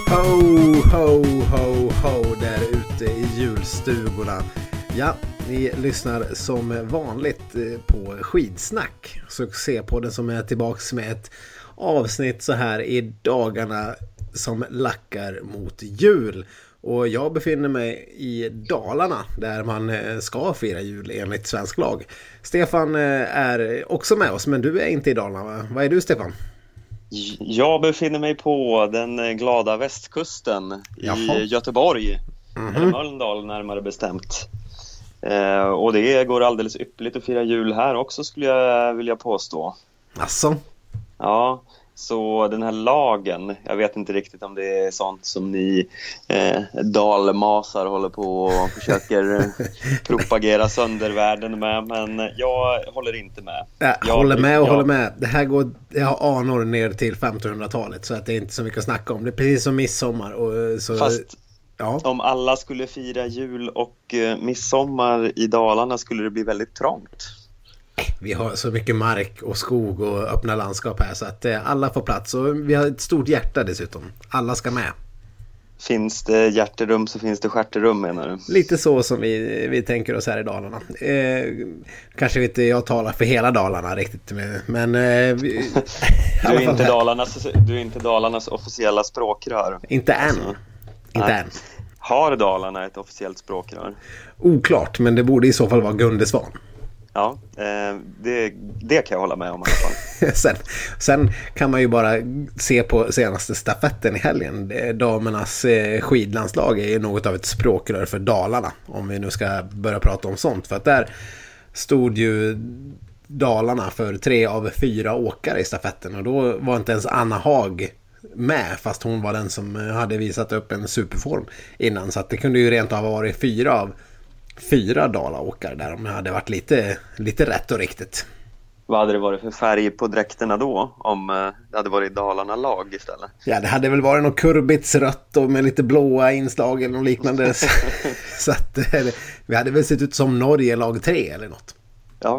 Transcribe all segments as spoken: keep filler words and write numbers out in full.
Ho, ho, ho, ho där ute i julstugorna. Ja, ni lyssnar som vanligt på Skidsnack. Succépodden som är tillbaks med ett avsnitt så här i dagarna som lackar mot jul. Och jag befinner mig i Dalarna där man ska fira jul enligt svensk lag. Stefan är också med oss, men du är inte i Dalarna, va? Vad är du, Stefan? Jag befinner mig på den glada västkusten. Jaha. I Göteborg, mm-hmm. eller Mölndal närmare bestämt. Eh, och det går alldeles ypperligt att fira jul här också, skulle jag vilja påstå. Asså? Ja, så den här lagen, jag vet inte riktigt om det är sånt som ni eh, dalmasar håller på och försöker propagera söndervärlden med, men jag håller inte med. Jag, jag håller med och jag, håller med. Det här går, jag har anor ner till femtonhundratalet, så att det är inte så mycket att snacka om. Det är precis som midsommar. Och så, fast ja. Om alla skulle fira jul och eh, midsommar i Dalarna skulle det bli väldigt trångt. Vi har så mycket mark och skog och öppna landskap här så att eh, alla får plats. Och vi har ett stort hjärta dessutom. Alla ska med. Finns det hjärterum så finns det stjärterum, menar du? Lite så som vi, vi tänker oss här i Dalarna. Eh, kanske inte jag talar för hela Dalarna riktigt. Men eh, vi, du, är inte Dalarnas, du är inte Dalarnas officiella språkrör. Inte än. Alltså, inte nej. än. Har Dalarna ett officiellt språkrör? Oklart, men det borde i så fall vara Gunde Svan. Ja, eh, det, det kan jag hålla med om i alla fall. sen, sen kan man ju bara se på senaste stafetten i helgen. Damernas eh, skidlandslag är ju något av ett språkrör för Dalarna, om vi nu ska börja prata om sånt. För att där stod ju Dalarna för tre av fyra åkare i stafetten. Och då var inte ens Anna Haag med, fast hon var den som hade visat upp en superform innan. Så att det kunde ju rent av ha varit fyra av fyra Dalaåkare där, om det hade varit lite, lite rätt och riktigt. Vad hade det varit för färg på dräkterna då, om det hade varit Dalarna lag istället? Ja, det hade väl varit något kurbits rött och med lite blåa inslag eller något liknande. Så att vi hade väl sett ut som Norge lag tre eller något. Ja.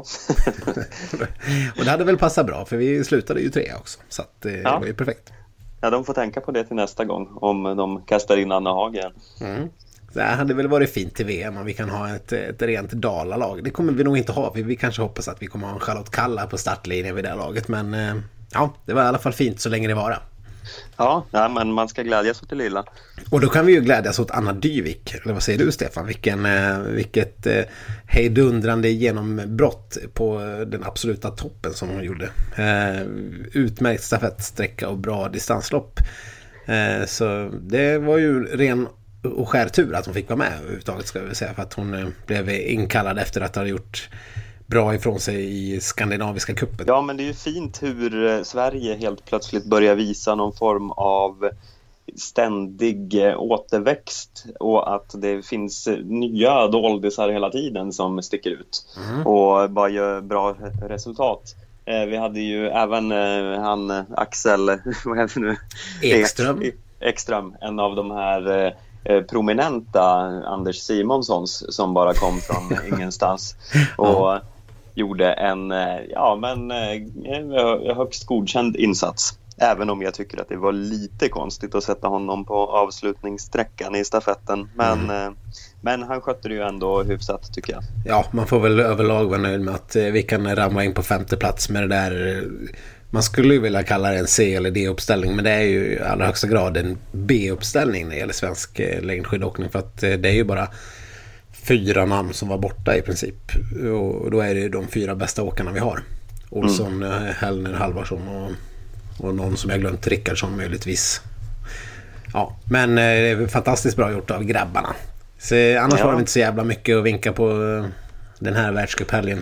Och det hade väl passat bra, för vi slutade ju tre också. Så att det ja. var ju perfekt. Ja, de får tänka på det till nästa gång, om de kastar in Anna Haag igen. Mm. Det hade väl varit fint till V M om vi kan ha ett, ett rent Dalalag. Det kommer vi nog inte ha. Vi, vi kanske hoppas att vi kommer ha en Charlotte Kalla på startlinjen vid det här laget. Men eh, ja, det var i alla fall fint så länge det var. Ja, ja, men man ska glädjas åt det lilla. Och då kan vi ju glädjas åt Anna Dyvik. Eller vad säger du, Stefan? Vilken, eh, vilket eh, hejdundrande genombrott på den absoluta toppen som hon gjorde. Eh, utmärkt stafettsträcka och bra distanslopp. Eh, så det var ju ren och skär tur att hon fick vara med överhuvudtaget, ska vi säga, för att hon blev inkallad efter att ha gjort bra ifrån sig i skandinaviska kuppen. Ja, men det är ju fint hur Sverige helt plötsligt börjar visa någon form av ständig återväxt och att det finns nya doldisar hela tiden som sticker ut mm. och bara gör bra resultat. Vi hade ju även han Axel vad heter nu? Ekström. Ekström, en av de här prominenta Anders Simonssons som bara kom från ingenstans och ja. gjorde en ja men högst godkänd insats, även om jag tycker att det var lite konstigt att sätta honom på avslutningssträckan i stafetten, men mm. men han skötte det ju ändå hyfsat, tycker jag. Ja, man får väl överlag vara nöjd med att vi kan ramla in på femte plats med det där. Man skulle ju vilja kalla det en C- eller D-uppställning, men det är ju i allra högsta grad en B-uppställning när det gäller svensk längdskidåkning, för att det är ju bara fyra namn som var borta i princip, och då är det ju de fyra bästa åkarna vi har. Olsson, mm. Hellner, Halvarsson och, och någon som jag glömt, Rickardsson möjligtvis. Ja, men det är fantastiskt bra gjort av grabbarna. Så annars ja. var det inte så jävla mycket att vinka på den här världscuphelgen.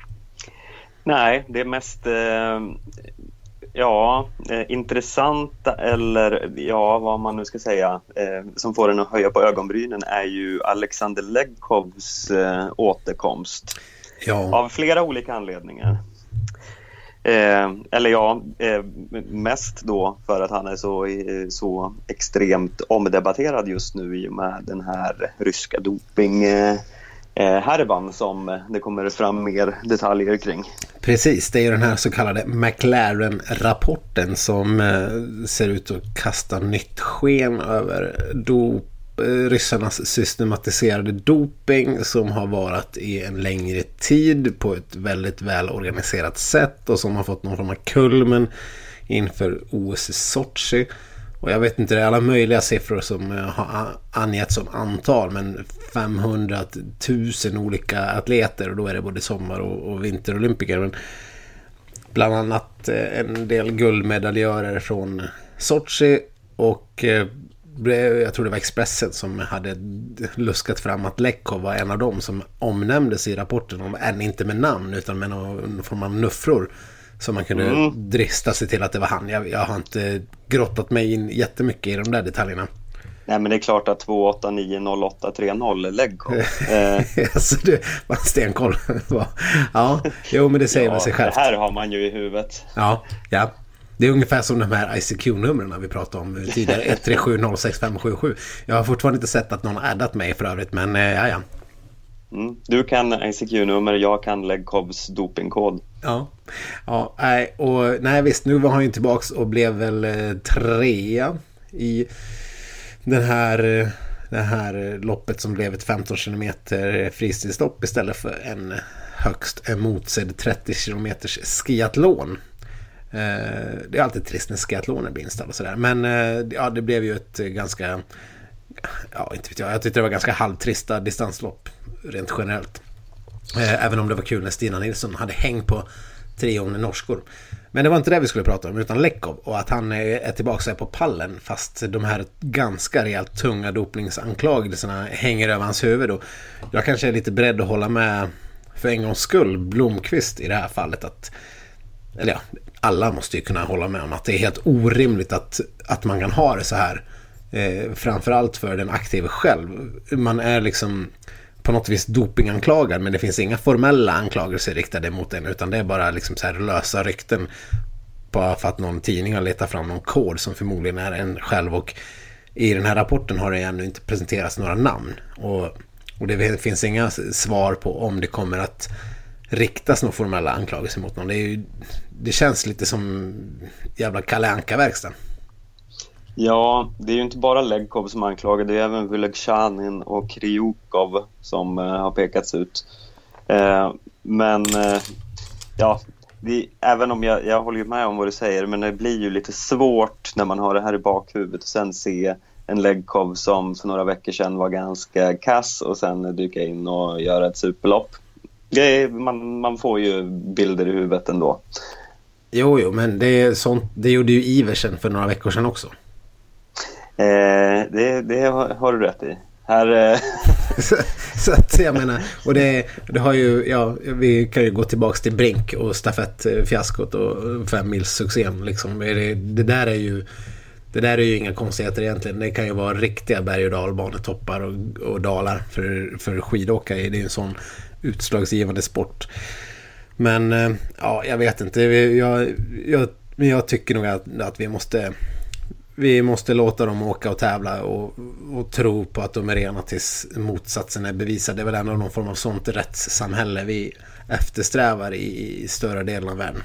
Nej, det är mest eh, ja, eh, intressanta eller ja, vad man nu ska säga eh, som får den att höja på ögonbrynen är ju Alexander Legkovs eh, återkomst. Ja. Av flera olika anledningar. Eh, eller ja, eh, mest då för att han är så, eh, så extremt omdebatterad just nu i och med den här ryska doping eh, eh, härvan som det kommer fram mer detaljer kring. Precis, det är ju den här så kallade McLaren-rapporten som eh, ser ut att kasta nytt sken över dop, eh, ryssarnas systematiserade doping som har varit i en längre tid på ett väldigt välorganiserat sätt och som har fått någon form av kulmen inför O S i Sochi. Och jag vet inte, det är alla möjliga siffror som har angetts som antal, men femhundratusen olika atleter, och då är det både sommar- och, och vinterolympiker. Men bland annat en del guldmedaljörer från Sochi, och jag tror det var Expressen som hade luskat fram att Lekhov var en av dem som omnämndes i rapporten, om än inte med namn utan med någon form av nuffror. Så man kunde mm. drista sig till att det var han. Jag, jag har inte grottat mig in jättemycket i de där detaljerna. Nej, men det är klart att två åtta nio noll åtta tre noll Lekhov. Alltså det var en stenkoll. Ja, jo, men det säger ja, väl sig självt. Det här har man ju i huvudet. Ja, ja. Det är ungefär som de här I C Q-numren vi pratade om tidigare. ett tre sju noll sex fem sju sju. Jag har fortfarande inte sett att någon har addat mig för övrigt, men ja, ja. Mm. Du kan I C Q-nummer, jag kan Lekhovs dopingkod. Ja, ja nej, och nej visst, nu var han ju tillbaks och blev väl eh, trea i den här, det här loppet som blev ett femton kilometer fristilslopp istället för en högst emotsedd trettio kilometers skiathlon. Eh, det är alltid trist när skiathloner blir inställd och sådär, men eh, ja, det blev ju ett ganska, ja, inte vet jag, jag tyckte det var ganska halvtrista distanslopp rent generellt. Eh, även om det var kul när Stina Nilsson hade häng på trion norskor. Men det var inte det vi skulle prata om, utan Lekhov, och att han är tillbaka på pallen fast de här ganska rejält tunga dopningsanklagelserna hänger över hans huvud. Och jag kanske är lite beredd att hålla med för en gångs skull Blomqvist i det här fallet, att, eller ja, alla måste ju kunna hålla med om att det är helt orimligt att, att man kan ha det så här. Eh, framförallt för den aktive själv. Man är liksom på något vis dopinganklagad, men det finns inga formella anklagelser riktade mot en, utan det är bara liksom så här lösa rykten bara för att någon tidning har letat fram någon kod som förmodligen är en själv, och i den här rapporten har det ännu inte presenterats några namn, och, och det finns inga svar på om det kommer att riktas några formella anklagelser mot någon. Det, är ju, det känns lite som jävla Kalle Anka-verkstan. Ja, det är ju inte bara Lekhov som anklagar, det är även Vylegzhanin och Kryukov som uh, har pekats ut. Uh, men uh, ja, det, även om jag, jag håller med om vad du säger, men det blir ju lite svårt när man har det här i bakhuvudet och sen se en Lekhov som för några veckor sedan var ganska kass och sen dyka in och göra ett superlopp. Det är, man, man får ju bilder i huvudet ändå. Jo, jo, men det, är sånt, det gjorde ju Iversen för några veckor sedan också. Eh, det, det har, har du rätt i. Här, eh... så, så att jag menar, och det, det har ju, ja, vi kan ju gå tillbaks till Brink och stafettfiaskot och femmilssuccén liksom. Det, det där är ju det där är ju inga konstigheter egentligen. Det kan ju vara riktiga berg- och dalbanetoppar och, och dalar för, för skidåkare. Det är ju en sån utslagsgivande sport. Men ja, jag vet inte. Jag, jag, jag tycker nog att, att vi måste vi måste låta dem åka och tävla och, och tro på att de är rena tills motsatsen är bevisad. Det är väl ändå någon form av sånt rättssamhälle vi eftersträvar i, i större delen av världen.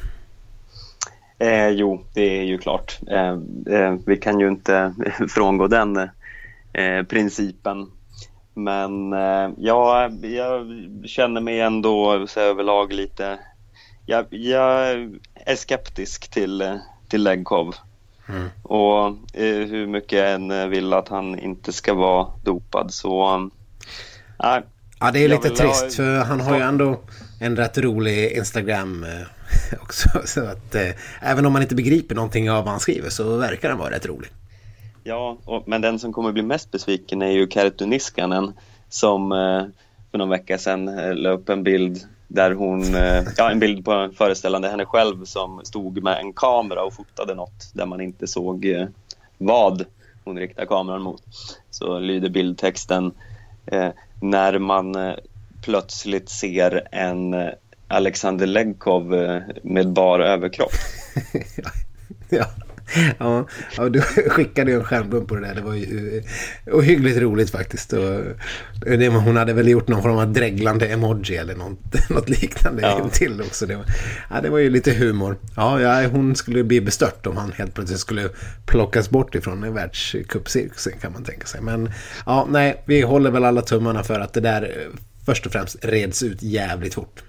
Eh, jo, det är ju klart. Eh, eh, vi kan ju inte frångå den eh, principen. Men eh, ja, jag känner mig ändå så överlag lite... Jag, jag är skeptisk till, till Lekhov. Mm. Och eh, hur mycket en vill att han inte ska vara dopad, så... Eh, ja, det är lite trist ha... för han har ju ändå en rätt rolig Instagram eh, också. Så att eh, även om man inte begriper någonting av vad han skriver så verkar han vara rätt rolig. Ja, och, men den som kommer bli mest besviken är ju Kerttu Niskanen som eh, för någon vecka sedan eh, la upp en bild där hon, eh, ja, en bild på en föreställande henne själv som stod med en kamera och fotade något där man inte såg eh, vad hon riktade kameran mot. Så lyder bildtexten eh, när man eh, plötsligt ser en eh, Alexander Lekhov eh, med bar överkropp. Ja. Ja, ja, du skickade ju en skärmbump på det där. Det var ju ohyggligt roligt faktiskt. Och det, hon hade väl gjort någon form av dreglande emoji eller något, något liknande ja. till också. Det var, ja, det var ju lite humor. Ja, ja, hon skulle bli bestört om han helt plötsligt skulle plockas bort ifrån världscupcirkusen, kan man tänka sig. Men ja, nej, vi håller väl alla tummarna för att det där först och främst reds ut jävligt fort.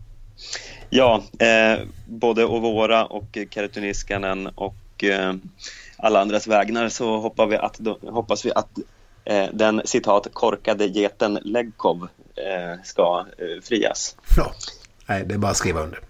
Ja, eh, både Ovora och Kertuniskanen och eh, alla andras vägnar så hoppas vi att, då, hoppas vi att eh, den citat korkade geten Legkov eh, ska eh, frias. Ja, nej, det är bara att skriva under.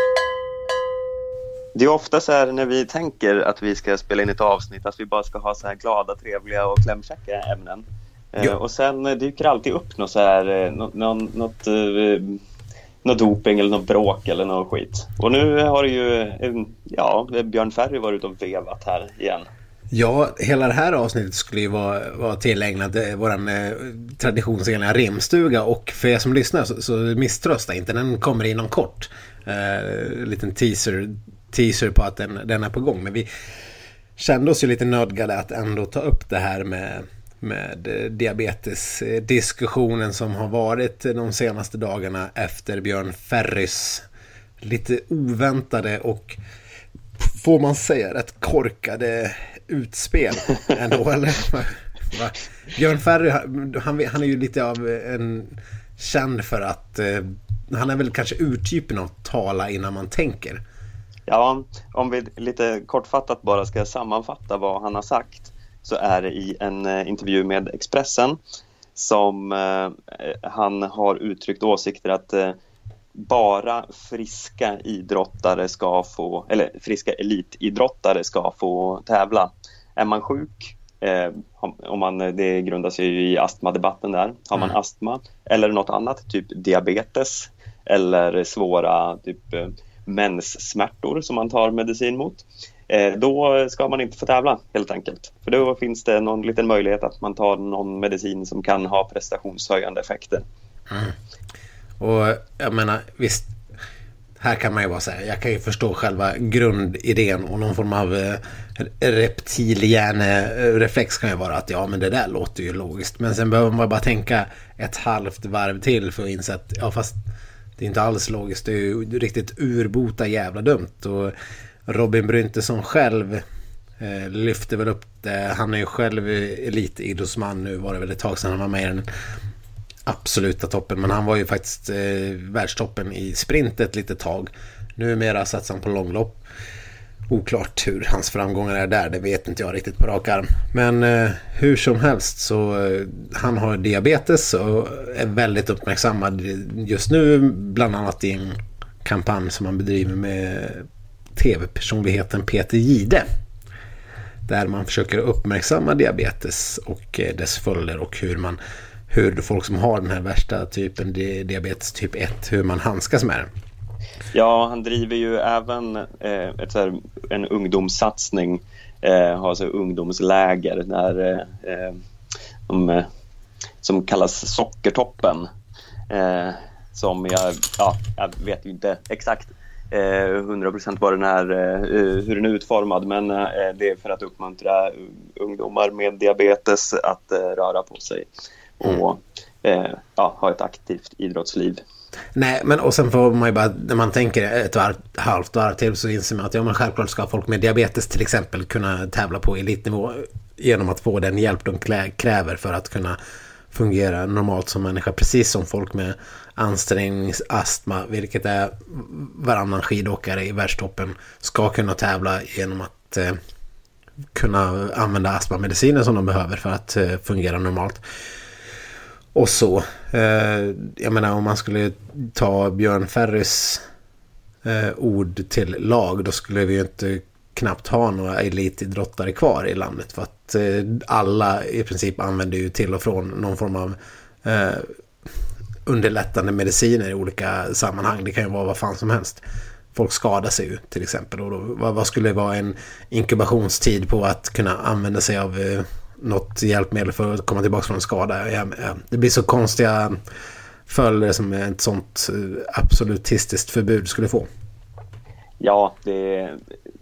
Det är ofta så här när vi tänker att vi ska spela in ett avsnitt att vi bara ska ha så här glada, trevliga och klämkäcka ämnen. Eh, och sen dyker alltid upp något så här, eh, något, något, något eh, något doping eller något bråk eller något skit. Och nu har det ju, ja, Björn Ferry varit ute och vevat här igen. Ja, hela det här avsnittet skulle ju vara, vara tillägnat våran eh, traditionsenliga rimstuga, och för er som lyssnar så, så misströsta inte, den kommer inom kort. Eh, liten teaser, teaser på att den, den är på gång, men vi kände oss ju lite nödgade att ändå ta upp det här med med diabetesdiskussionen som har varit de senaste dagarna efter Björn Ferrys lite oväntade och, får man säga, rätt korkade utspel ändå, eller? Va? Björn Ferry, han, han är ju lite av en känd för att eh, han är väl kanske urtypen av tala innan man tänker. Ja, om vi lite kortfattat bara ska sammanfatta vad han har sagt, så är det i en eh, intervju med Expressen som eh, han har uttryckt åsikter att eh, bara friska idrottare ska få, eller friska elitidrottare ska få tävla. Är man sjuk, eh, om man, det grundar sig ju i astmadebatten där, har man mm. astma eller något annat, typ diabetes eller svåra typ eh, menssmärtor som man tar medicin mot, då ska man inte få tävla helt enkelt. För då finns det någon liten möjlighet att man tar någon medicin som kan ha prestationshöjande effekter. Mm. Och jag menar, visst, här kan man ju bara säga, jag kan ju förstå själva grundidén och någon form av eh, reptilhjärnereflex kan ju vara att ja, men det där låter ju logiskt. Men sen behöver man bara tänka ett halvt varv till för att inse att ja, fast det är inte alls logiskt, det är ju riktigt urbota jävla dumt. Och Robin Bryntesson själv eh, lyfter väl upp det. Han är ju själv elitidrottsman nu, var det väl ett tag sedan han var med i den absoluta toppen, men han var ju faktiskt eh, världstoppen i sprint ett litet tag. Numera satsar han på långlopp. Oklart hur hans framgångar är där, det vet inte jag riktigt på rak arm. Men eh, hur som helst så eh, han har diabetes och är väldigt uppmärksammad just nu, bland annat i en kampanj som han bedriver med tv-personligheten Peter Jihde, där man försöker uppmärksamma diabetes och eh, dess följder och hur man hur folk som har den här värsta typen diabetes typ ett, hur man handskas med den. Ja, han driver ju även eh, ett så här, en ungdomssatsning, eh, har så ungdomsläger där, eh, de, som kallas Sockertoppen, eh, som jag, ja, jag vet ju inte exakt hundra procent vad den är, hur den är utformad, men det är för att uppmuntra ungdomar med diabetes att röra på sig och mm. ja, ha ett aktivt idrottsliv. Nej, men och sen får man ju bara, när man tänker ett varv, halvt varv till, så inser man att ja, men självklart ska folk med diabetes till exempel kunna tävla på elitnivå genom att få den hjälp de kräver för att kunna fungera normalt som människa, precis som folk med ansträngningsastma, vilket är varannan skidåkare i världstoppen, ska kunna tävla genom att eh, kunna använda astmamediciner som de behöver för att eh, fungera normalt. Och så, eh, jag menar, om man skulle ta Björn Ferrys eh, ord till lag, då skulle vi ju inte knappt ha några elitidrottare kvar i landet, för att eh, alla i princip använder ju till och från någon form av eh, underlättande mediciner i olika sammanhang. Det kan ju vara vad fan som helst. Folk skadar sig ju till exempel, och då, vad, vad skulle vara en inkubationstid på att kunna använda sig av eh, något hjälpmedel för att komma tillbaka från en skada? Ja, ja, det blir så konstiga följder som ett sånt eh, absolutistiskt förbud skulle få. Ja, det är,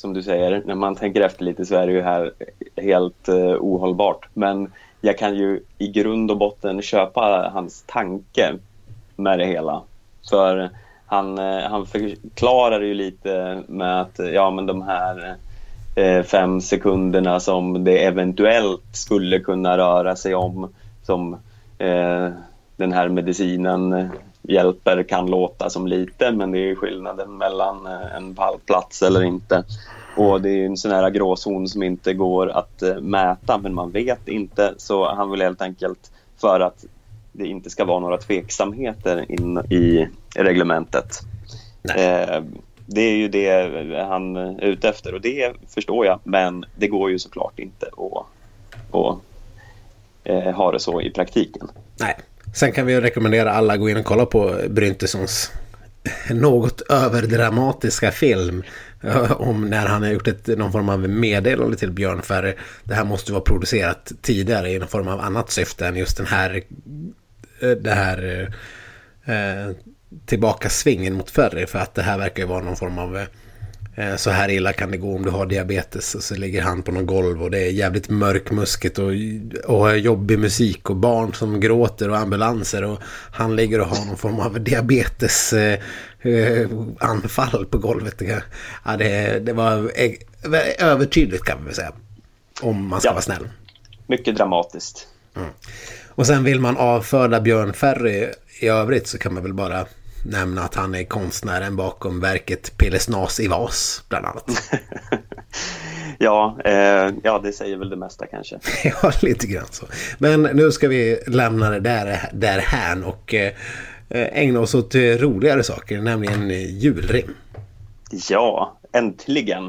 som du säger, när man tänker efter lite så är det ju här helt uh, ohållbart. Men jag kan ju i grund och botten köpa hans tanke med det hela. För han, uh, han förklarar ju lite med att ja, men de här uh, fem sekunderna som det eventuellt skulle kunna röra sig om, som uh, den här medicinen hjälper, kan låta som lite, men det är skillnaden mellan en pallplats eller inte. Och det är en sån här gråzon som inte går att mäta, men man vet inte. Så han vill helt enkelt, för att det inte ska vara några tveksamheter in i reglementet. Eh, det är ju det han är ute efter, och det förstår jag, men det går ju såklart inte att, att eh, ha det så i praktiken. Nej. Sen kan vi rekommendera alla att gå in och kolla på Bryntessons något överdramatiska film om när han har gjort ett, någon form av meddelande till Björn Ferry. Det här måste vara producerat tidigare i någon form av annat syfte än just den här det här eh, tillbaka svingen mot Ferry, för att det här verkar ju vara någon form av eh, så här illa kan det gå om du har diabetes, och så ligger han på någon golv och det är jävligt mörkmusket och, och jobbig musik och barn som gråter och ambulanser, och han ligger och har någon form av diabetes eh, eh, anfall på golvet. Ja, det, det var eh, övertydligt kan man väl säga, om man ska ja. vara snäll. Mycket dramatiskt. Mm. Och sen vill man avförda Björn Ferry i övrigt, så kan man väl bara nämna att han är konstnären bakom verket Pillesnas i vas, bland annat. ja, eh, ja, det säger väl det mesta kanske. Ja, lite grann så. Men nu ska vi lämna det där, där här och eh, ägna oss åt roligare saker, nämligen julrim. Ja, äntligen.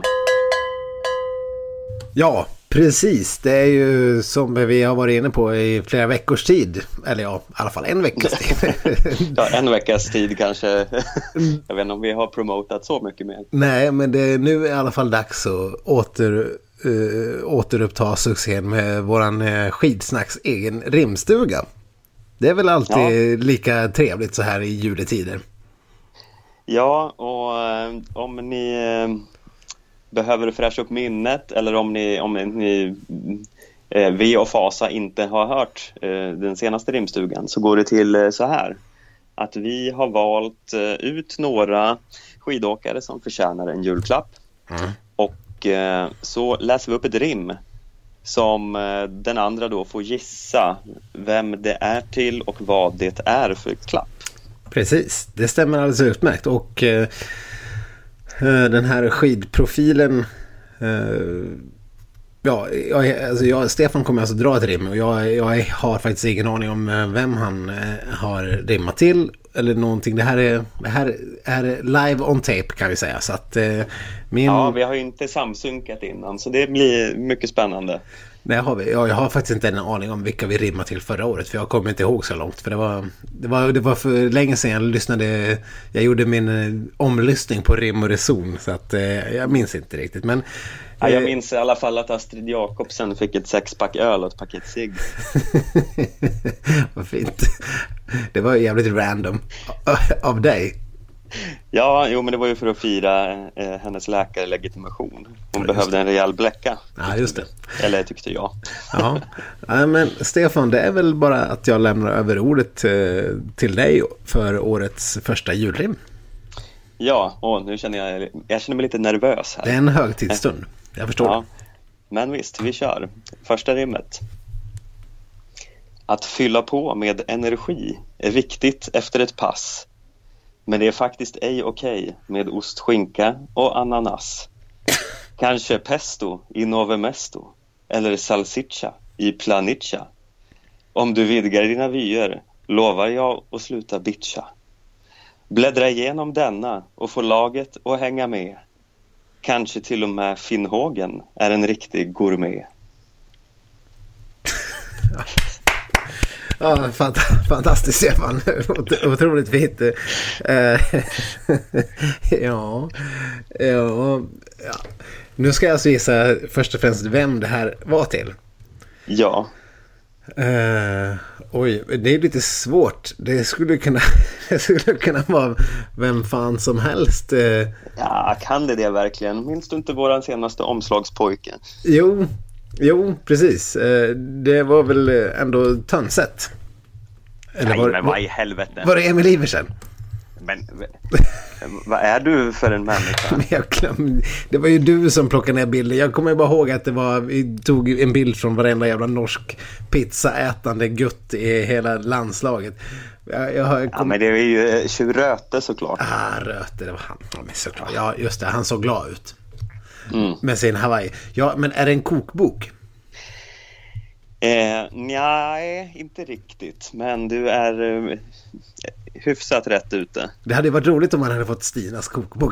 Ja, precis. Det är ju som vi har varit inne på i flera veckors tid. Eller ja, i alla fall en veckas tid. Ja, en veckas tid kanske. Jag vet inte om vi har promotat så mycket mer. Nej, men det är nu i alla fall dags att åter, uh, återuppta succén med våran uh, skidsnacks egen rimstuga. Det är väl alltid ja. lika trevligt så här i juletider. Ja, och uh, om ni... Uh... behöver fräscha upp minnet, eller om ni, om ni eh, V och Fasa inte har hört eh, den senaste rimstugan, så går det till eh, så här att vi har valt eh, ut några skidåkare som förtjänar en julklapp. Mm. Och eh, så läser vi upp ett rim som eh, den andra då får gissa vem det är till och vad det är för klapp. Precis, det stämmer alldeles utmärkt. Och eh... den här skidprofilen uh, ja, jag, alltså jag, Stefan kommer alltså dra ett rim, och jag, jag har faktiskt ingen aning om vem han uh, har rimmat till eller någonting. Det här är, det här är live on tape kan vi säga, så att uh, min... Ja, vi har ju inte samsynkat innan, så det blir mycket spännande. Nej, har vi. Ja, jag har faktiskt inte en aning om vilka vi rimmade till förra året, för jag kommer inte ihåg så långt, för det var, det var, det var för länge sedan jag lyssnade, jag gjorde min eh, omlyssning på rim och reson, så att eh, jag minns inte riktigt, men... Eh, ja, jag minns i alla fall att Astrid Jakobsen fick ett sexpack öl och ett paket cigg. Vad fint. Det var jävligt random av dig. Ja, jo, men det var ju för att fira eh, hennes läkarlegitimation. Hon ja, behövde en rejäl bläcka. Ja, just det. Eller tyckte jag. Ja, ja, men Stefan, det är väl bara att jag lämnar över ordet eh, till dig för årets första julrim. Ja, och nu känner jag, jag känner mig lite nervös här. Det är en högtidsstund, jag förstår. Ja, men visst, vi kör. Första rimmet. Att fylla på med energi är viktigt efter ett pass. Men det är faktiskt ej okej med ost, skinka och ananas. Kanske pesto i Nove Mesto eller salsiccia i Planiccia. Om du vidgar dina vyer lovar jag att sluta bitcha. Bläddra igenom denna och få laget att hänga med. Kanske till och med Finnhågen är en riktig gourmet. Ja, fant- fantastiskt Stefan. Otroligt fint. ja, ja, ja. Nu ska jag alltså gissa först och främst vem det här var till. Ja. Uh, oj, det är lite svårt. Det skulle kunna, det skulle kunna vara vem fan som helst. Uh. Ja, kan det det verkligen? Minns du inte våran senaste omslagspojke? Jo, jo, precis. Uh, det var väl ändå Tönset. Eller Nej, var, men vad i helvete? Var det Emil Iversen? Men vad är du för en människa? Det var ju du som plockade ner bilder. Jag kommer bara ihåg att det var, vi tog en bild från varenda jävla norsk pizzaätande gutt i hela landslaget. Jag, jag kom... Ja, men det är ju Röte såklart. Ah, Röte, det var han. Ja, men såklart. Ja, just det, han såg glad ut. Mm. Med sin Hawaii. Ja, men är det en kokbok? Eh, nej, inte riktigt. Men du är eh, hyfsat rätt ute. Det hade varit roligt om man hade fått Stinas kokbok.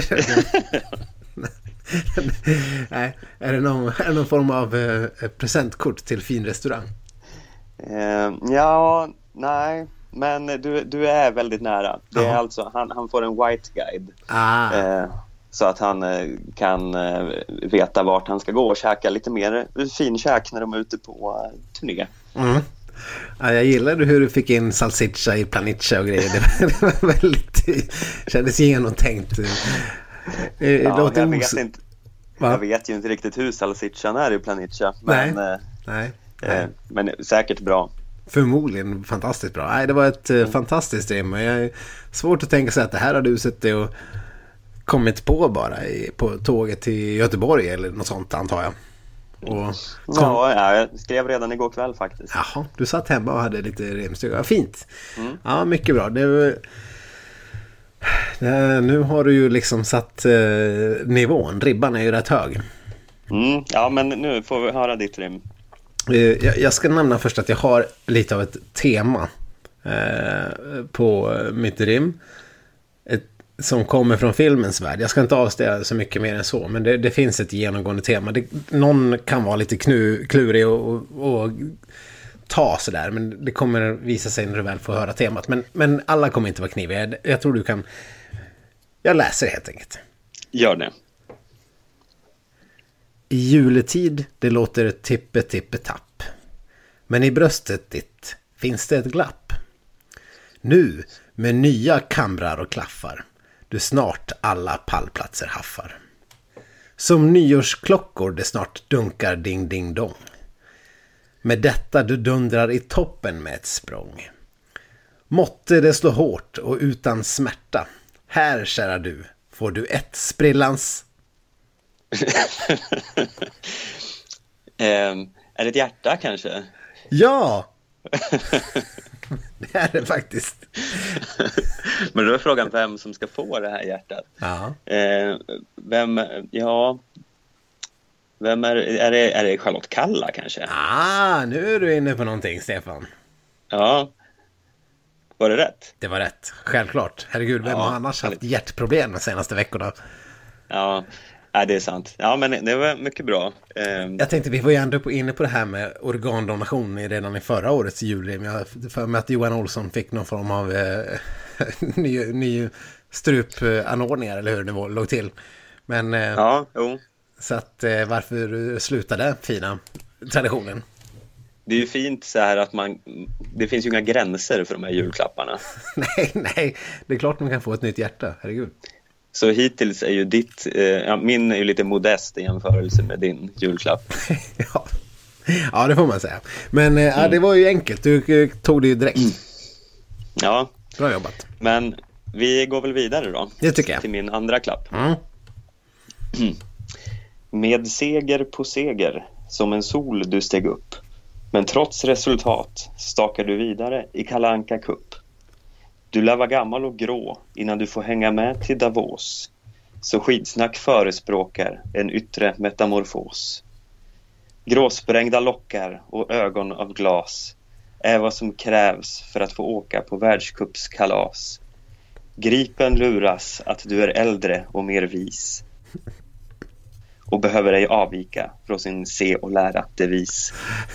Nej, är det någon, är det någon form av eh, presentkort till fin restaurang? Eh, ja, nej. Men du, du är väldigt nära. Det är Aha. alltså, han, han får en white guide. Ah. Eh, så att han eh, kan eh, veta vart han ska gå och käka lite mer fin käk när de är ute på eh, turné. Mm. Ja, jag gillade hur du fick in salsiccia i planitia och grejer. Det var väldigt, det kändes genomtänkt. Det ja, låter jag, os... vet inte, jag vet ju inte riktigt hur salsiccian är i planitia. Nej. Men, eh, Nej. Eh, men säkert bra. Förmodligen fantastiskt bra. Nej, det var ett mm. fantastiskt rim. Jag är svårt att tänka sig att det här har du suttit och kommit på bara i, på tåget till Göteborg eller något sånt, antar jag. Och kom... ja, jag skrev redan igår kväll faktiskt. Jaha, du satt hemma och hade lite rimstycke. Ja, fint. Mm. Ja, mycket bra. Det var... det, nu har du ju liksom satt eh, nivån. Ribban är ju rätt hög. Mm. Ja, men nu får vi höra ditt rim. Jag, jag ska nämna först att jag har lite av ett tema eh, på mitt rim. Ett, som kommer från filmens värld. Jag ska inte avslöja så mycket mer än så. Men det, det finns ett genomgående tema. Det, någon kan vara lite knu, klurig och, och, och ta sådär. Men det kommer visa sig när du väl får höra temat. Men, men alla kommer inte vara kniviga. Jag, jag tror du kan... Jag läser helt enkelt. Gör det. I juletid det låter tippe tippe tapp. Men i bröstet ditt finns det ett glapp. Nu med nya kamrar och klaffar du snart alla pallplatser haffar. Som nyårsklockor det snart dunkar ding ding dong. Med detta du dundrar i toppen med ett språng. Måtte det slå hårt och utan smärta. Här, kära du, får du ett sprillans... um, är det ett hjärta kanske? Ja! Det är det faktiskt. Men då är frågan vem som ska få det här hjärtat. Ja. Uh, vem, ja... Vem är, är det? Är det Charlotte Kalla kanske? Ah, nu är du inne på någonting, Stefan. Ja. Var det rätt? Det var rätt, självklart. Herregud, vem ja, har annars haft hjärtproblem de senaste veckorna? Ja, nej, det är sant. Ja, men det var mycket bra. Um... Jag tänkte, vi var ju ändå på, inne på det här med organdonation redan i förra årets julrim. Jag för mig att Johan Olsson fick någon form av eh, ny, ny strupanordningar, eller hur det var, låg till. Men, eh, ja, jo. Så att eh, varför slutade fina traditionen? Det är ju fint så här att man... Det finns ju inga gränser för de här julklapparna. nej, nej. Det är klart man kan få ett nytt hjärta, herregud. Så hittills är ju ditt... Eh, ja, min är ju lite modest i jämförelse med din julklapp. ja. ja, det får man säga. Men eh, mm. ja, det var ju enkelt. Du tog det ju direkt. Mm. Ja. Bra jobbat. Men vi går väl vidare då. Det tycker jag. Till min andra klapp. Mm. Med seger på seger, som en sol du steg upp. Men trots resultat stakar du vidare i Kalle Anka Cup. Du lär vara gammal och grå innan du får hänga med till Davos. Så skidsnack förespråkar en yttre metamorfos. Gråsprängda lockar och ögon av glas är vad som krävs för att få åka på världscupskalas. Gripen luras att du är äldre och mer vis. Och behöver ej avvika från sin se och lära devis.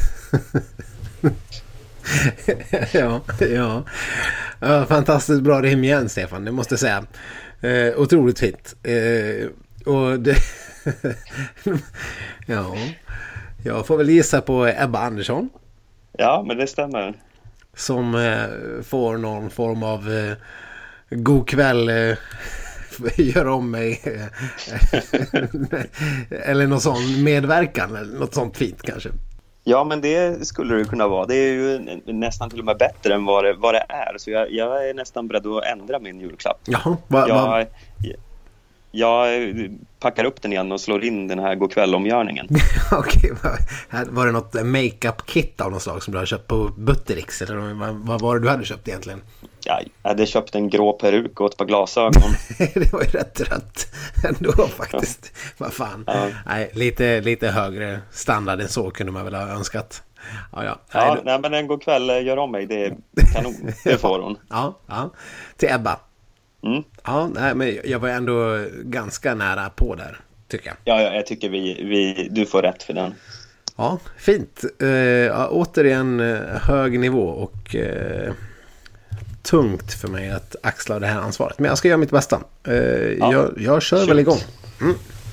ja, ja. ja. Fantastiskt bra rim igen, Stefan, det måste jag säga. Eh, otroligt fint. Eh, och det ja. Jag får väl gissa på Ebba Andersson. Ja, men det stämmer. Som eh, får någon form av eh, god kväll, eh, gör om mig. Eller någon sån medverkan, eller något sånt fint kanske. Ja, men det skulle det kunna vara. Det är ju nästan till och med bättre än vad det, vad det är. Så jag, jag är nästan beredd att ändra min julklapp. Jaha, va, jag, va? jag packar upp den igen och slår in den här godkvällomgörningen. Okej, var, var det något make-up-kit av något slag som du har köpt på Buttericks? Eller vad, vad var det du hade köpt egentligen? Ja, jag hade köpt en grå peruk och ett par glasögon. Det var ju rätt rött ändå faktiskt. Ja. Vad fan. Ja. Nej, lite, lite högre standard än så kunde man väl ha önskat. Ja, ja. ja nej, då... nej, men en god kväll gör om mig. Det är kanon. Det får hon. Ja, ja. Till Ebba. Mm. Ja, nej, men jag var ändå ganska nära på där, tycker jag. Ja, ja jag tycker vi, vi, du får rätt för den. Ja, fint. Uh, återigen uh, hög nivå och... Uh... tungt för mig att axla det här ansvaret. Men jag ska göra mitt bästa. Uh, ja. jag, jag kör Shoot. väl igång. Mm.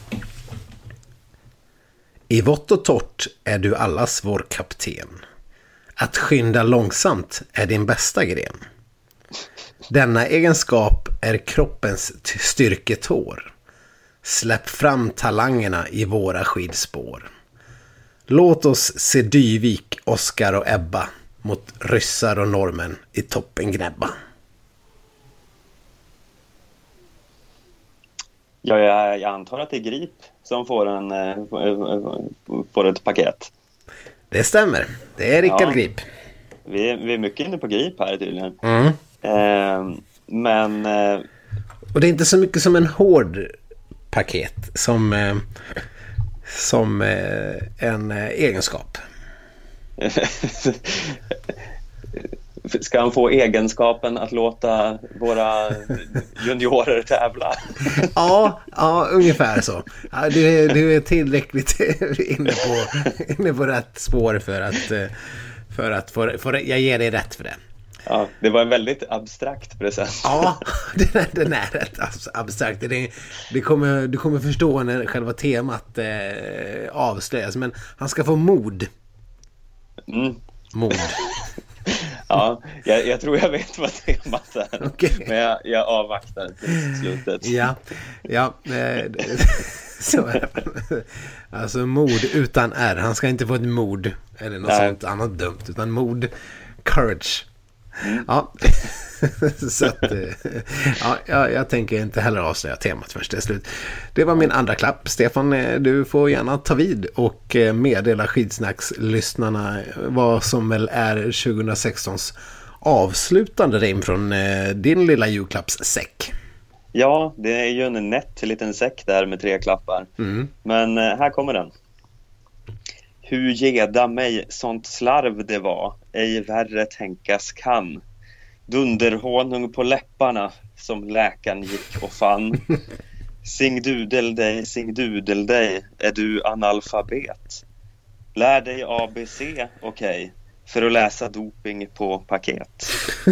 I vått och torrt är du allas vår kapten. Att skynda långsamt är din bästa gren. Denna egenskap är kroppens styrketår. Släpp fram talangerna i våra skidspår. Låt oss se Dyvik, Oskar och Ebba mot ryssar och normen i toppen gnäbba. Ja, jag, jag antar att det är Grip som får, en, får ett paket. Det stämmer. Det är Rickard ja. Grip. Vi, vi är mycket inne på Grip här tydligen. Mm. Eh, men... Eh... Och det är inte så mycket som en hård paket som, eh, som eh, en eh, egenskap. Ska han få egenskapen att låta våra juniorer tävla? Ja, ja ungefär så. Ja, du, är, du är tillräckligt inne på, inne på rätt spår för att, för att få, för, jag ger dig rätt för det. Ja, det var en väldigt abstrakt present. Ja, den är, den är rätt abstrakt. Det, det kommer, du kommer förstå när själva temat eh, avslöjas. Men han ska få mod. Mm. Mod. Ja, jag, jag tror jag vet vad temat är. Okay. Men jag, jag avvaktar till slutet. Ja, ja eh, så är det. Alltså mod utan R. Han ska inte få ett mod eller något Nej. sånt annat dumt. Utan mod, courage. Mm. Ja, så att, ja, jag, jag tänker inte heller avslöja temat först till slut. Det var min andra klapp. Stefan, du får gärna ta vid och meddela Skidsnackslyssnarna vad som väl är tjugohundrasextons avslutande rim från din lilla julklappssäck. Ja, det är ju en nätt liten säck där med tre klappar. Mm. Men här kommer den. Hur geda mig sånt slarv det var, ej värre tänkas kan. Dunderhonung på läpparna som läkaren gick och fann. Sing dudel dig, sing dudel dig, är du analfabet? Lär dig A B C, okej, okay, för att läsa doping på paket.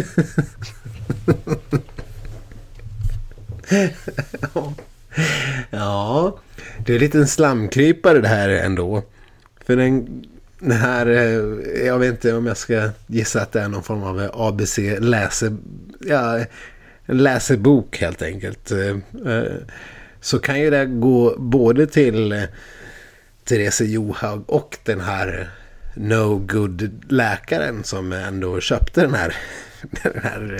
Ja, det är en liten slamkrypare det här ändå. För den, den här, jag vet inte om jag ska gissa att det är någon form av A B C läse, ja, en läsebok helt enkelt. Så kan ju det gå både till Therese Johaug och den här no good läkaren som ändå köpte den här, den här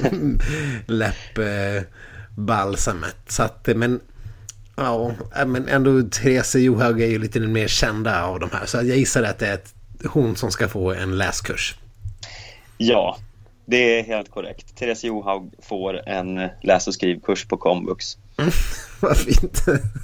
läppbalsamet. Så att, men ja, men ändå Therese Johaug är ju lite mer kända av de här. Så jag gissar att det är ett, hon som ska få en läskurs. Ja, det är helt korrekt. Therese Johaug får en läs- och skrivkurs på Komvux. Mm, vad fint.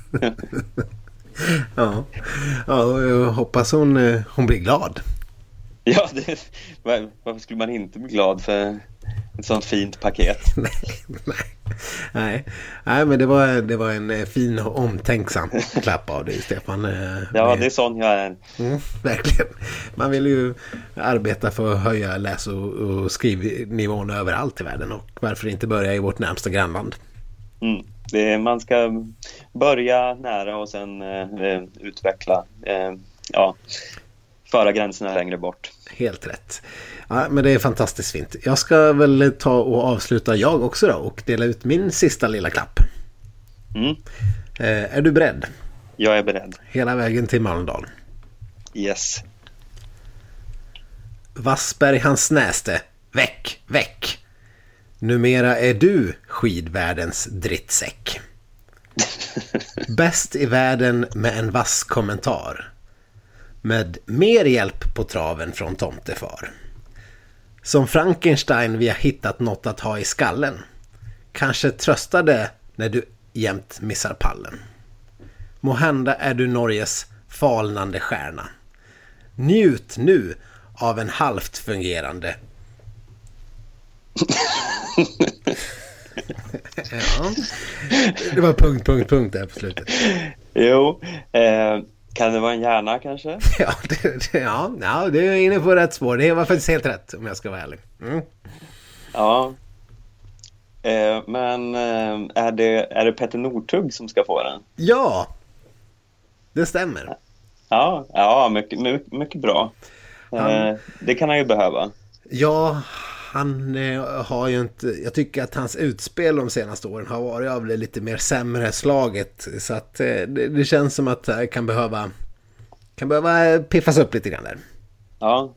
Ja, ja, jag hoppas hon, hon blir glad. Ja, det, varför skulle man inte bli glad för ett sånt fint paket? nej, nej, nej, nej, men det var, det var en fin och omtänksam klapp av dig, Stefan. Ja, det är sån jag är. Mm, verkligen. Man vill ju arbeta för att höja läs- och, och skrivnivån överallt i världen, och varför inte börja i vårt närmsta grannland? Mm. Det, man ska börja nära och sen eh, utveckla, eh, ja, föra gränserna längre bort. Helt rätt. Ja, men det är fantastiskt fint. Jag ska väl ta och avsluta jag också då och dela ut min sista lilla klapp. Mm. Eh, är du beredd? Jag är beredd. Hela vägen till Mölndal. Yes. Vassberg hans näste. Väck, väck. Numera är du skidvärldens drittsäck. Bäst i världen med en vass kommentar. Med mer hjälp på traven från tomtefar. Som Frankenstein vi har hittat något att ha i skallen. Kanske tröstade när du jämt missar pallen. Måhända är du Norges falnande stjärna. Njut nu av en halvt fungerande. Ja. Det var punkt, punkt, punkt där på slutet. Jo, eh, kan det vara en hjärna kanske? Ja, det, det, ja, ja, det är inne på rätt spår. Det var faktiskt helt rätt om jag ska vara ärlig. Mm. Ja. Eh, men eh, är, det, är det Petter Northug som ska få den? Ja, det stämmer. Ja, ja mycket, mycket, mycket bra. Eh, han, det kan han ju behöva. Ja, han eh, har ju inte... Jag tycker att hans utspel de senaste åren har varit av det lite mer sämre slaget. Så att eh, det, det känns som att det kan behöva, kan behöva piffas upp lite grann där. Ja.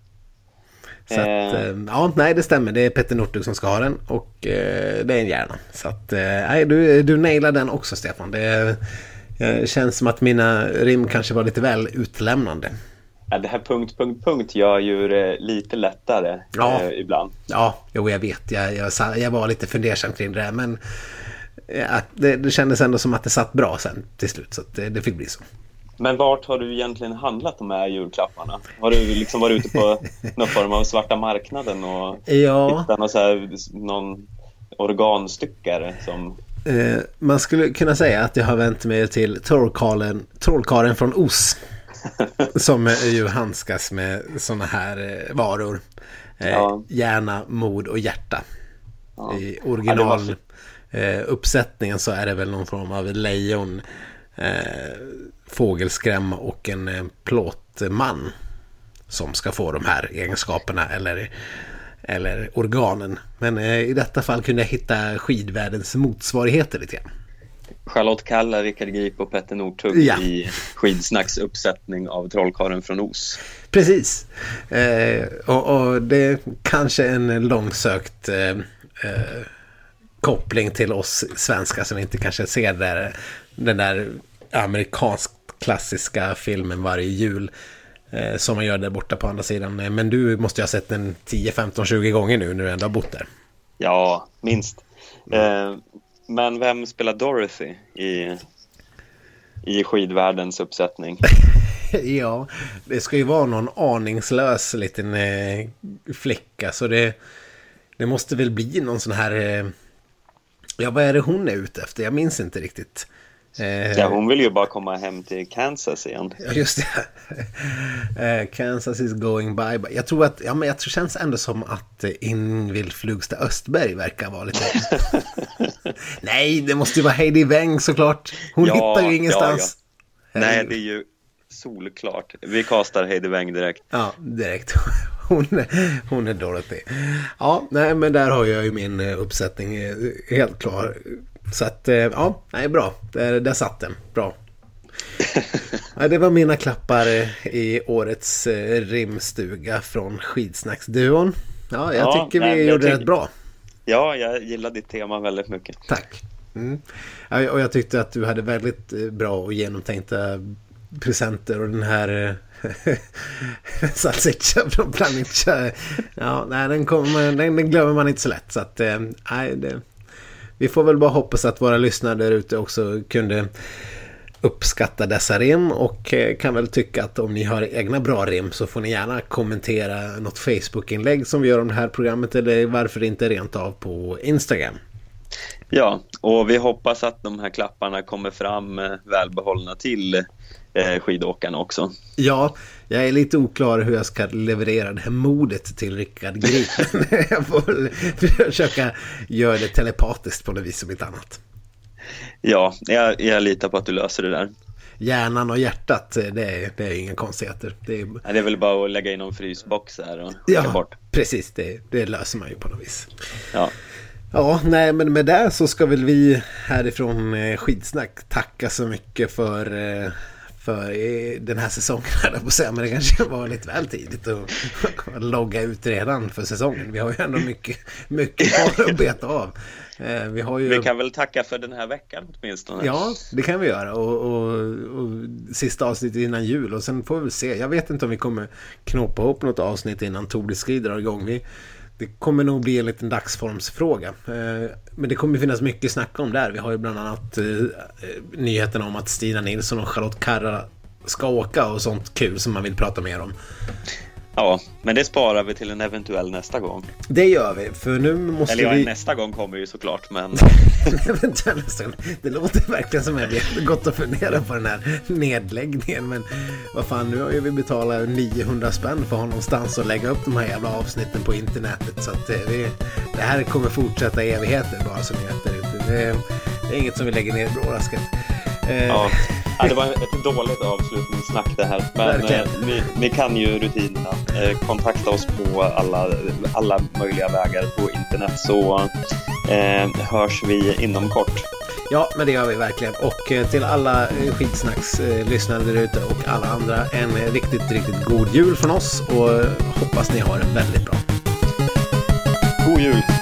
Så att, eh, ja, nej det stämmer. Det är Petter Northug som ska ha den. Och eh, det är en hjärna. Så att, eh, nej, du, du nailar den också, Stefan. Det eh, känns som att mina rim kanske var lite väl utlämnande. Ja, det här punkt, punkt, punkt gör ju det lite lättare ja. eh, ibland. Ja, jo, jag vet. Jag, jag, jag var lite fundersam kring det där. Men ja, det, det kändes ändå som att det satt bra sen till slut. Så att det, det fick bli så. Men vart har du egentligen handlat de här julklapparna? Har du liksom varit ute på någon form av svarta marknaden och ja. hittat någon, så här, någon organstyckare som... Eh, man skulle kunna säga att jag har vänt mig till trollkarlen, trollkarlen från Os. Som ju handskas med såna här eh, varor. Eh, ja. Hjärna, mod och hjärta. Ja. I original ja, eh, uppsättningen så är det väl någon form av lejon, eh, fågelskrämma och en eh, plåtman som ska få de här egenskaperna eller, eller organen. Men eh, i detta fall kunde jag hitta skidvärldens motsvarigheter lite grann. Charlotte Kalla, Rickard Grip och Petter Northug ja. I Skidsnacks uppsättning av Trollkarlen från Os. Precis. Eh, och, och det är kanske en långsökt eh, eh, koppling till oss svenskar som inte kanske ser där, den där amerikansk klassiska filmen varje jul eh, som man gör där borta på andra sidan. Men du måste ju ha sett den tio, femton, tjugo gånger nu när du ändå har bott där. Ja, minst. Eh, Men vem spelar Dorothy i, i skidvärldens uppsättning? Ja, det ska ju vara någon aningslös liten eh, flicka. Så det, det måste väl bli någon sån här... Eh, ja, vad är det hon är ute efter? Jag minns inte riktigt. Eh, ja, hon vill ju bara komma hem till Kansas igen. Ja, just det. eh, Kansas is going bye bye. Jag tror att, ja, men jag tror känns ändå som att Ingvild Flugstad Östberg verkar vara lite... Nej, det måste ju vara Heidi Weng såklart. Hon ja, hittar ju ingenstans. Ja, ja. Nej, det är ju solklart. Vi kastar Heidi Weng direkt. Ja, direkt. Hon är, hon är Dorothy. Ja, nej, men där har jag ju min uppsättning helt klar. Så att, ja, nej, bra. Där, där satt den. Bra. Ja, det var mina klappar i årets rimstuga från Skidsnacksduon. Ja, jag ja, tycker nej, vi gjorde tyck- rätt bra. Ja, jag gillar ditt tema väldigt mycket. Tack. Mm. Ja, och jag tyckte att du hade väldigt bra och genomtänkta presenter och den här salsiccia från Planiccia. Ja, nej, den, kommer, den, den glömmer man inte så lätt. Så att, nej, det, vi får väl bara hoppas att våra lyssnare där ute också kunde uppskatta dessa rim och kan väl tycka att om ni har egna bra rim så får ni gärna kommentera något Facebook-inlägg som vi gör om det här programmet eller varför inte rent av på Instagram. Ja, och vi hoppas att de här klapparna kommer fram välbehållna till eh, skidåkarna också. Ja, jag är lite oklar hur jag ska leverera det här modet till Rickard Grip. Jag får försöka göra det telepatiskt på något vis som ett annat. Ja, jag, jag litar på att du löser det där. hjärnan och hjärtat, det är, det är inga konstigheter. Det är, ja, det är väl bara att lägga in någon frysbox här och ja, ta bort. Precis, det, det löser man ju på något vis. Ja. Ja, nej, men med det så ska väl vi härifrån eh, Skidsnack tacka så mycket för, eh, för eh, den här säsongen, här på säga, men det kanske var lite väl tidigt att, att logga ut redan för säsongen. Vi har ju ändå mycket, mycket kvar att beta av. Eh, vi, har ju... vi kan väl tacka för den här veckan åtminstone. Ja, det kan vi göra. Och, och, och sista avsnittet innan jul. Och sen får vi se. Jag vet inte om vi kommer knoppa ihop något avsnitt innan Tour de Ski drar igång. Vi, det kommer nog bli en liten dagsformsfråga. Eh, men det kommer finnas mycket snack om där. Vi har ju bland annat eh, nyheterna om att Stina Nilsson och Charlotte Kalla ska åka och sånt kul som man vill prata mer om. Ja, men det sparar vi till en eventuell nästa gång. Det gör vi, för nu måste Eller ja, vi... nästa gång kommer ju såklart, men... eventuell nästa gång. Det låter verkligen som att vi har gått och fundera på den här nedläggningen, men vad fan, nu har ju vi betalat niohundra spänn för någonstans att lägga upp de här jävla avsnitten på internetet, så att vi, det här kommer fortsätta i evigheter bara som heter ute. Det, det är inget som vi lägger ner i brårasket. Ja. Ja, det var ett dåligt avslutningssnack det här. Men eh, ni, ni kan ju rutinerna. Eh, kontakta oss på alla, alla möjliga vägar på internet, så eh, hörs vi inom kort. Ja, men det gör vi verkligen. Och eh, till alla eh, Skidsnacks eh, lyssnare där ute och alla andra, en eh, riktigt, riktigt god jul från oss, och hoppas ni har det väldigt bra. God jul!